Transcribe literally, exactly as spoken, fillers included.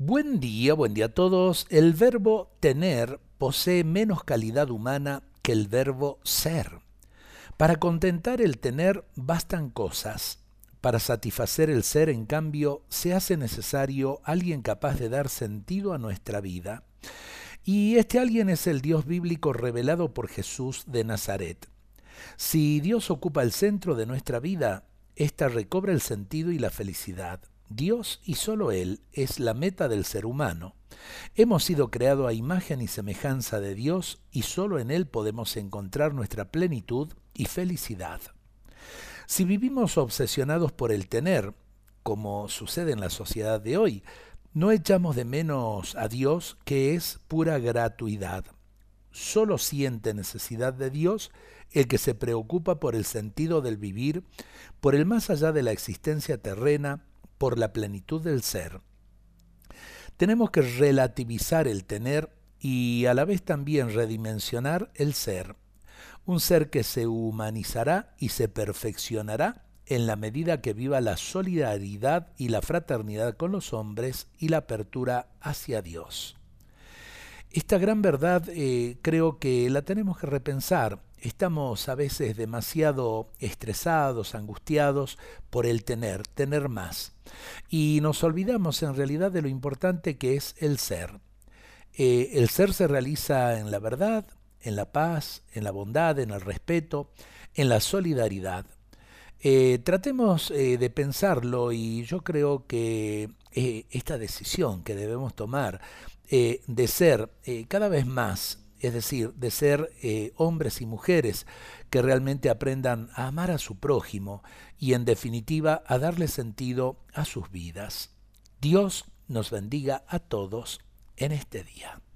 Buen día, buen día a todos. El verbo tener posee menos calidad humana que el verbo ser. Para contentar el tener bastan cosas. Para satisfacer el ser, en cambio, se hace necesario alguien capaz de dar sentido a nuestra vida. Y este alguien es el Dios bíblico revelado por Jesús de Nazaret. Si Dios ocupa el centro de nuestra vida, ésta recobra el sentido y la felicidad. Dios y solo Él es la meta del ser humano. Hemos sido creados a imagen y semejanza de Dios y solo en Él podemos encontrar nuestra plenitud y felicidad. Si vivimos obsesionados por el tener, como sucede en la sociedad de hoy, no echamos de menos a Dios, que es pura gratuidad. Solo siente necesidad de Dios el que se preocupa por el sentido del vivir, por el más allá de la existencia terrena, por la plenitud del ser. Tenemos que relativizar el tener y a la vez también redimensionar el ser. Un ser que se humanizará y se perfeccionará en la medida que viva la solidaridad y la fraternidad con los hombres y la apertura hacia Dios. Esta gran verdad eh, creo que la tenemos que repensar. Estamos a veces demasiado estresados, angustiados por el tener, tener más. Y nos olvidamos en realidad de lo importante que es el ser. Eh, el ser se realiza en la verdad, en la paz, en la bondad, en el respeto, en la solidaridad. Eh, tratemos eh, de pensarlo y yo creo que eh, esta decisión que debemos tomar eh, de ser eh, cada vez más, es decir, de ser eh, hombres y mujeres que realmente aprendan a amar a su prójimo y en definitiva a darle sentido a sus vidas. Dios nos bendiga a todos en este día.